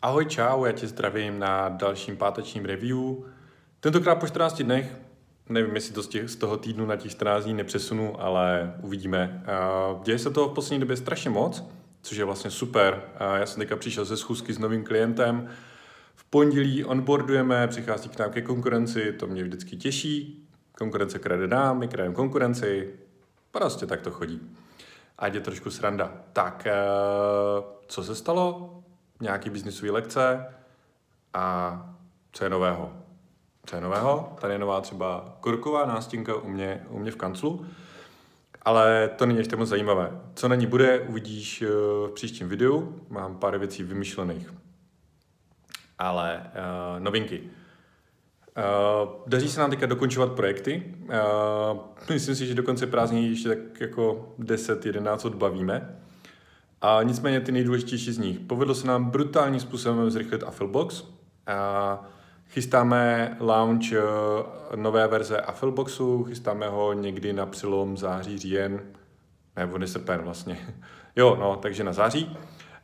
Ahoj, čau, já tě zdravím na dalším pátečním review. Tentokrát po 14 dnech, nevím, jestli to z toho týdnu na těch 14 dní nepřesunu, ale uvidíme. Děje se toho v poslední době strašně moc, což je vlastně super. Já jsem teďka přišel ze schůzky s novým klientem. V pondělí onboardujeme, přichází k nám ke konkurenci, to mě vždycky těší. Konkurence krade nám, my krademe konkurenci. Prostě tak to chodí. Ať je trošku sranda. Tak, co se stalo? Nějaký biznisové lekce a co je nového? Co je nového? Tady je nová třeba korková nástěnka u mě v kanclu, ale to není ještě moc zajímavé. Co na ní bude, uvidíš v příštím videu. Mám pár věcí vymyšlených. Ale novinky. Daří se nám teďka dokončovat projekty. Myslím si, že do konce prázdnin ještě tak jako 10-11 odbavíme. A nicméně ty nejdůležitější z nich. Povedlo se nám brutálním způsobem zrychlit Affilbox. Chystáme launch nové verze Affilboxu, chystáme ho někdy na přelom září, říjen, nebo srpen vlastně. Jo, no, takže na září.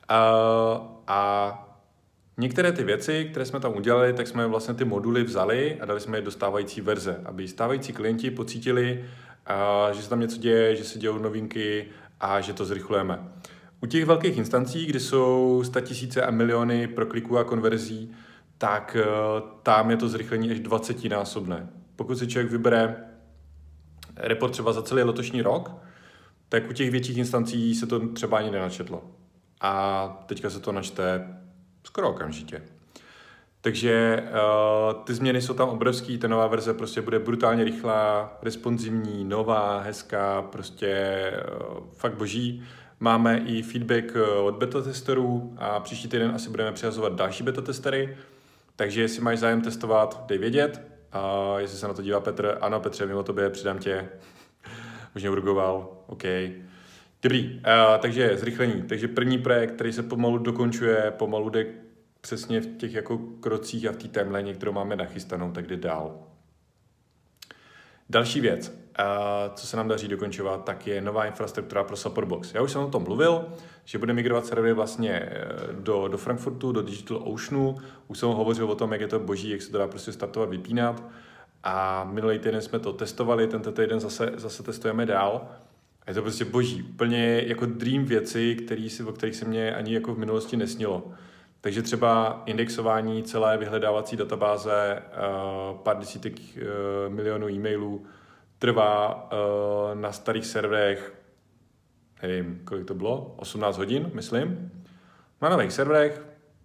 A některé ty věci, které jsme tam udělali, tak jsme vlastně ty moduly vzali a dali jsme je do stávající verze, aby stávající klienti pocítili, že se tam něco děje, že se dějou novinky a že to zrychlujeme. U těch velkých instancí, kde jsou 100 000 a miliony prokliků a konverzí, tak tam je to zrychlení až 20násobné. Pokud si člověk vybere report třeba za celý letošní rok, tak u těch větších instancí se to třeba ani nenačetlo. A teďka se to načte skoro okamžitě. Takže ty změny jsou tam obrovský, ta nová verze prostě bude brutálně rychlá, responsivní, nová, hezká, prostě fakt boží. Máme i feedback od beta testerů a příští týden asi budeme přihazovat další beta testery, takže jestli máš zájem testovat, dej vědět. A jestli se na to dívá Petr, ano Petře, mimo tobě, přidám tě. Už mě urgoval, OK. Dobrý, takže zrychlení. Takže první projekt, který se pomalu dokončuje, pomalu jde přesně v těch jako krocích a v té timeline, kterou máme nachystanou, tak jde dál. Další věc, co se nám daří dokončovat, tak je nová infrastruktura pro Supportbox. Já už jsem o tom mluvil, že bude migrovat servery vlastně do Frankfurtu, do Digital Oceanu. Už jsem hovořil o tom, jak je to boží, jak se to dá prostě startovat, vypínat. A minulý týden jsme to testovali, tento týden zase testujeme dál. A je to prostě boží, úplně jako dream věci, o kterých se mě ani jako v minulosti nesnilo. Takže třeba indexování celé vyhledávací databáze, pár desítek milionů e-mailů, trvá na starých serverech, nevím, kolik to bylo, 18 hodin, myslím. Na nových serverech,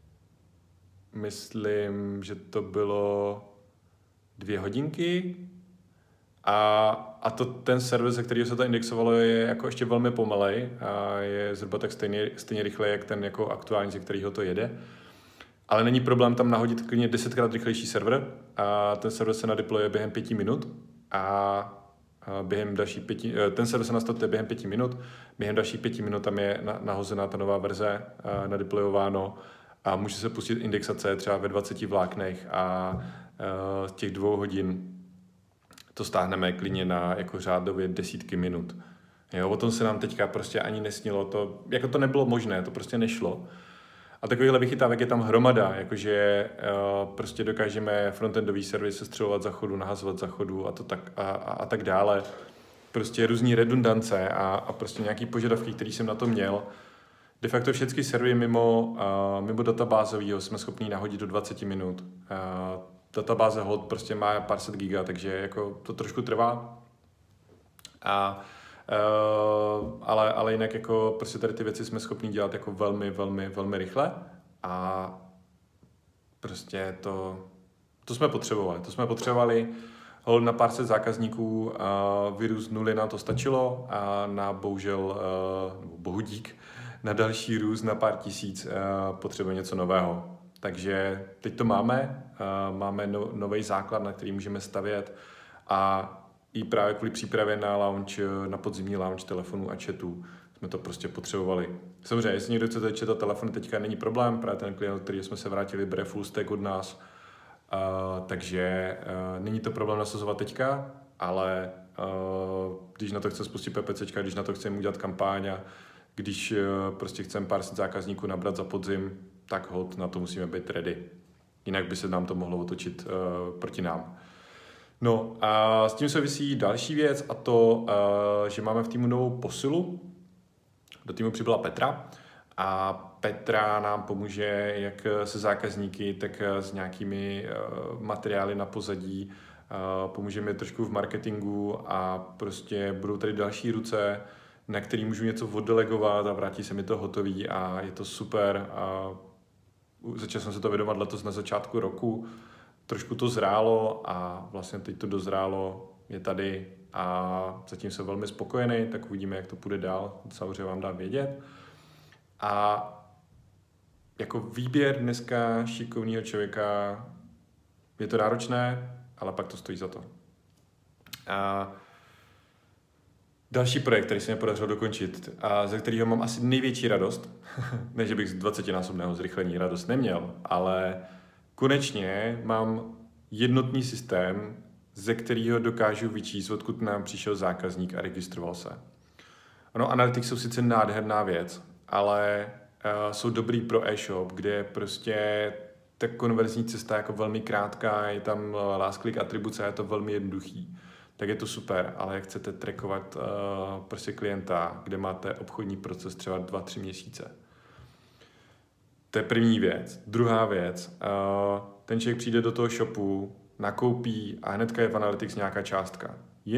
myslím, že to bylo 2 hodinky a ten server, ze kterého se to indexovalo, je jako ještě velmi pomalej a je zhruba tak stejně rychle, jak ten jako aktuální, ze kterého to jede. Ale není problém tam nahodit klidně 10krát rychlejší server a ten server se nadeployuje během 5 minut a během dalších ten server se nastartuje během 5 minut, během dalších 5 minut tam je nahozená ta nová verze, nadeployováno a může se pustit indexace třeba ve 20 vláknech a z těch 2 hodin to stáhneme klidně na jako řádově desítky minut. Jo, o tom se nám teďka prostě ani nesnilo, to nebylo možné, to prostě nešlo. A takovýchhle vychytávek je tam hromada, jakože prostě dokážeme frontendový servis sestřelovat za chodu, nahazovat za chodu a tak dále. Prostě různý redundance a prostě nějaký požadavky, který jsem na to měl. De facto všechny servery mimo databázovýho jsme schopni nahodit do 20 minut. Databáze hod prostě má pár set giga, takže jako to trošku trvá. Ale jinak jako prostě tady ty věci jsme schopni dělat jako velmi, velmi, velmi rychle a prostě to jsme potřebovali. Na pár set zákazníků virus 0 nám to stačilo a na bohudík na další růst na pár tisíc potřebuje něco nového. Takže teď to máme nový základ, na který můžeme stavět a i právě kvůli přípravě na podzimní launch telefonů a chatů jsme to prostě potřebovali. Samozřejmě, jestli někdo chce četat telefony, teďka není problém, právě ten klient, který jsme se vrátili, bere full stack od nás, takže není to problém nasazovat teďka, ale když na to chce spustit PPCčka, když na to chceme udělat kampaň a když prostě chceme pár set zákazníků nabrat za podzim, tak hold, na to musíme být ready. Jinak by se nám to mohlo otočit proti nám. No a s tím souvisí další věc a to, že máme v týmu novou posilu. Do týmu přibyla Petra a Petra nám pomůže jak se zákazníky, tak s nějakými materiály na pozadí. Pomůžeme trošku v marketingu a prostě budou tady další ruce, na který můžu něco oddelegovat a vrátí se mi to hotový a je to super. A začal jsem se to vědomat letos na začátku roku. Trošku to zrálo a vlastně teď to dozrálo, je tady a zatím jsem velmi spokojený, tak uvidíme, jak to půjde dál, samozřejmě vám dám vědět. A jako výběr dneska šikovného člověka je to náročné, ale pak to stojí za to. A další projekt, který se mi podařilo dokončit a ze kterého mám asi největší radost, ne, že bych z 20násobného zrychlení radost neměl, ale konečně mám jednotný systém, ze kterého dokážu vyčíst, odkud nám přišel zákazník a registroval se. Ono, analytics jsou sice nádherná věc, ale jsou dobrý pro e-shop, kde prostě ta konverzní cesta je jako velmi krátká, je tam last click atribuce a je to velmi jednoduchý. Tak je to super, ale jak chcete trackovat prostě klienta, kde máte obchodní proces třeba 2-3 měsíce. To je první věc. Druhá věc, ten člověk přijde do toho shopu, nakoupí a hnedka je v Analytics nějaká částka.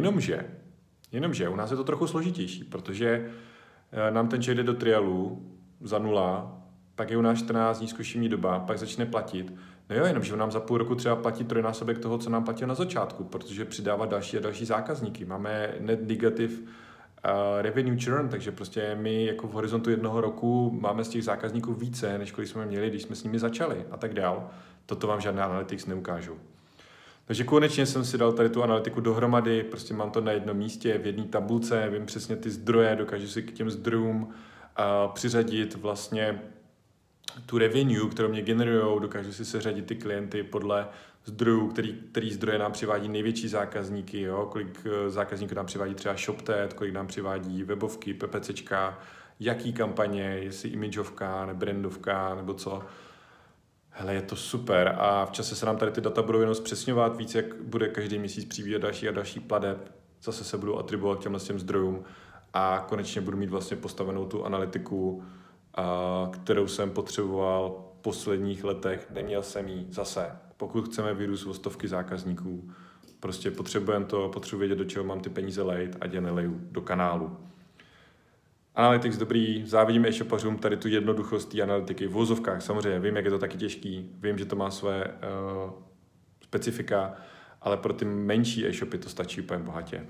Jenomže u nás je to trochu složitější, protože nám ten člověk jde do trialu za 0, pak je u nás 14 dní zkušební doba, pak začne platit. No jo, jenomže on nám za půl roku třeba platí trojnásobek toho, co nám platil na začátku, protože přidává další a další zákazníky. Máme net negative revenue churn, takže prostě my jako v horizontu 1 roku máme z těch zákazníků více, než kolik jsme měli, když jsme s nimi začali a tak dál. Toto vám žádné analytics neukážou. Takže konečně jsem si dal tady tu analytiku dohromady, prostě mám to na jednom místě, v jedné tabulce, vím přesně ty zdroje, dokážu si k těm zdrojům přiřadit vlastně tu revenue, kterou mě generujou, dokážu si seřadit ty klienty podle zdrojů, který zdroje nám přivádí největší zákazníky, jo? Kolik zákazníků nám přivádí třeba ShopTet, kolik nám přivádí webovky, PPCčka, jaký kampaně, jestli imageovka, nebo brandovka, nebo co. Hele, je to super a v čase se nám tady ty data budou jenom zpřesňovat, víc jak bude každý měsíc přibývat další a další plateb, zase se budou atribuovat těm zdrojům a konečně budu mít vlastně postavenou tu analytiku, kterou jsem potřeboval v posledních letech, neměl jsem ji zase. Pokud chceme vyrůst o stovky zákazníků, prostě potřebuji vědět, do čeho mám ty peníze lejt a je neleju do kanálu. Analytics dobrý, závidím e-shopařům tady tu jednoduchost té analytiky v vozovkách, samozřejmě vím, jak je to taky těžký, vím, že to má své specifika, ale pro ty menší e-shopy to stačí úplně bohatě.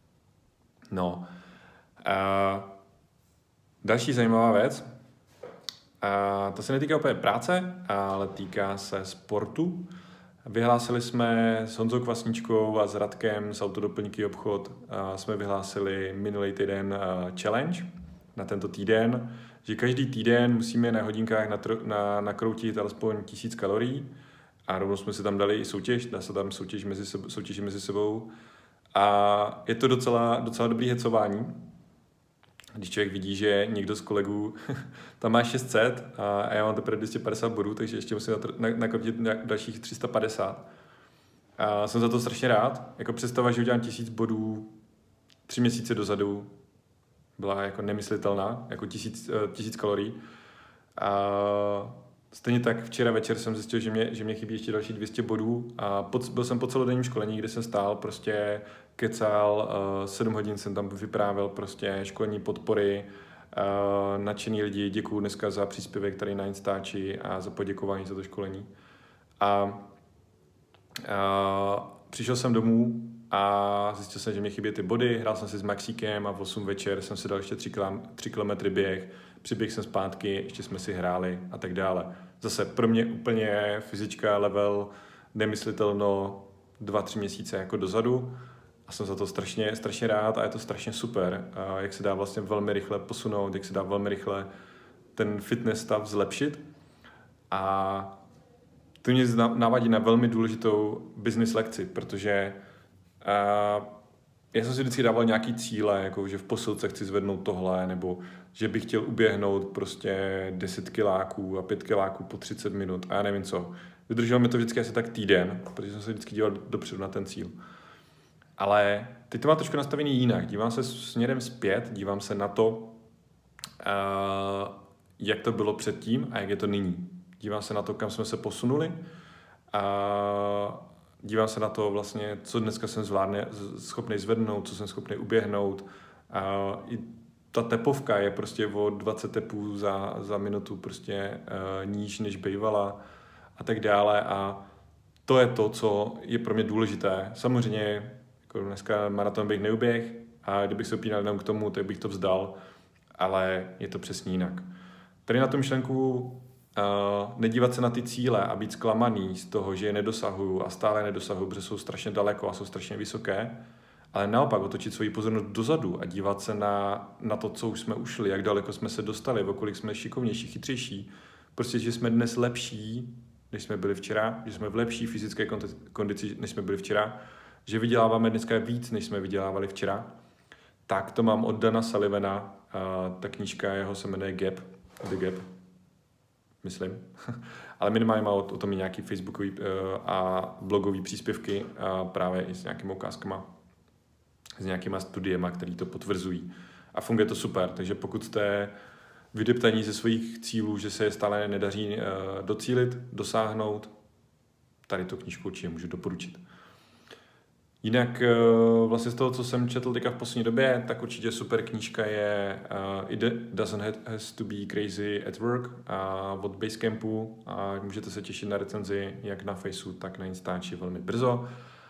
No. Další zajímavá věc, to se netýká úplně práce, ale týká se sportu. Vyhlásili jsme s Honzou Kvasničkou a s Radkem z Autodoplňky obchod, jsme vyhlásili minulý týden challenge na tento týden, že každý týden musíme na hodinkách nakroutit alespoň 1000 kalorií a rovnou jsme si tam dali i soutěž, dá se tam soutěži mezi sebou a je to docela dobrý hecování. Když člověk vidí, že někdo z kolegů tam má 600 a já mám teprve 250 bodů, takže ještě musím nakrotit dalších 350. A jsem za to strašně rád. Jako představa, že udělám 1000 bodů 3 měsíce dozadu, byla jako nemyslitelná, jako 1000 kalorií. A stejně tak včera večer jsem zjistil, že mě chybí ještě další 200 bodů a byl jsem po celodenním školení, kde jsem stál, prostě kecal, 7 hodin jsem tam vyprávěl prostě školení podpory, nadšený lidi, děkuju dneska za příspěvek tady na Instači a za poděkování za to školení. A přišel jsem domů a zjistil jsem, že mě chybí ty body, hrál jsem si s Maxíkem a v 8 večer jsem si dal ještě 3 kilometry běh, přiběh jsem zpátky, ještě jsme si hráli a tak dále. Zase pro mě úplně fyzička level nemyslitelno 2-3 měsíce jako dozadu a jsem za to strašně rád a je to strašně super, jak se dá vlastně velmi rychle posunout, jak se dá velmi rychle ten fitness stav zlepšit a to mě navádí na velmi důležitou business lekci, protože já jsem si vždycky dával nějaký cíle, jako že v posilce chci zvednout tohle, nebo že bych chtěl uběhnout prostě 10 kiláků a 5 kiláků po 30 minut a já nevím co. Vydrželo mi to vždycky asi tak týden, protože jsem se vždycky díval dopředu na ten cíl. Ale teď to má trošku nastavený jinak. Dívám se směrem zpět, dívám se na to, jak to bylo předtím a jak je to nyní. Dívám se na to, kam jsme se posunuli a dívám se na to vlastně, co dneska jsem schopný zvednout, co jsem schopný uběhnout. I ta tepovka je prostě o 20 tepů za minutu prostě níž, než bývala a tak dále. A to je to, co je pro mě důležité. Samozřejmě jako dneska maraton bych neuběh a kdybych se opínal jenom k tomu, tak bych to vzdal, ale je to přesně jinak. Tady na tom myšlenku nedívat se na ty cíle a být zklamaný z toho, že je nedosahuju a stále nedosahuju, protože jsou strašně daleko a jsou strašně vysoké, ale naopak otočit svoji pozornost dozadu a dívat se na to, co už jsme ušli, jak daleko jsme se dostali, o kolik jsme šikovnější, chytřejší. Prostě, že jsme dnes lepší, než jsme byli včera, že jsme v lepší fyzické kondici, než jsme byli včera, že vyděláváme dneska víc, než jsme vydělávali včera. Tak to mám od Dana Sullivana, ta knížka jeho se jmenuje Gap, The Gap, myslím. Ale minimálně má o tom i nějaký facebookový a blogový příspěvky a právě i s nějakými ukázkama, s nějakýma studiema, které to potvrzují. A funguje to super, takže pokud jste vydeptaní ze svých cílů, že se je stále nedaří docílit, dosáhnout, tady tu knížku určitě můžu doporučit. Jinak vlastně z toho, co jsem četl teďka v poslední době, tak určitě super knížka je It Doesn't Have to Be Crazy at Work od Basecampu a můžete se těšit na recenzi jak na Faceu, tak na Instači velmi brzo.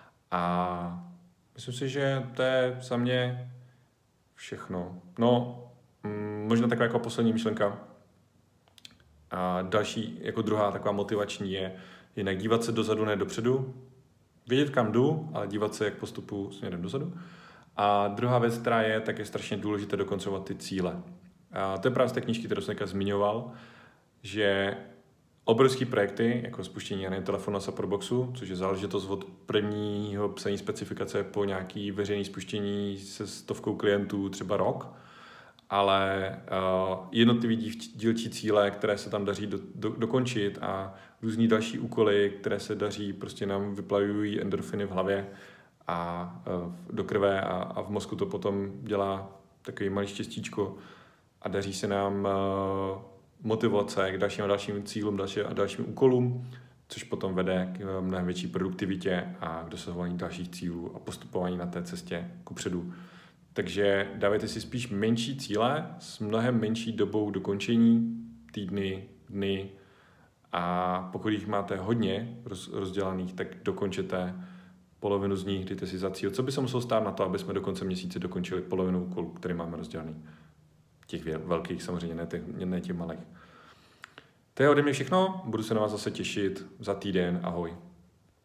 A myslím si, že to je za mě všechno. No, možná taková jako poslední myšlenka. A další, jako druhá taková motivační je jinak dívat se dozadu, ne dopředu. Vědět, kam jdu, ale dívat se, jak postupuji směrem dozadu. A druhá věc, která je, tak je strašně důležité dokoncovat ty cíle. A to je právě z té knížky, kterou jsem zmiňoval, že obrovský projekty, jako spuštění telefonu na Supportboxu, což je záležitost od prvního psaní specifikace po nějaký veřejný spuštění se 100 klientů, třeba rok, ale jednotlivý dílčí cíle, které se tam daří dokončit a různý další úkoly, které se daří, prostě nám vyplavují endorfiny v hlavě a do krve a v mozku to potom dělá takový malý štěstíčko a daří se nám motivovat se k dalším a dalším cílům, dalším a dalším úkolům, což potom vede k mnohem větší produktivitě a k dosahování dalších cílů a postupování na té cestě kupředu. Takže dávejte si spíš menší cíle s mnohem menší dobou dokončení, týdny, dny a pokud jich máte hodně rozdělaných, tak dokončete polovinu z nich, dejte si za cíl. Co by se muselo stát na to, aby jsme do konce měsíce dokončili polovinu úkolů, který máme rozdělaný? Těch velkých samozřejmě, ne těch malých. To je ode mě všechno, budu se na vás zase těšit za týden, ahoj.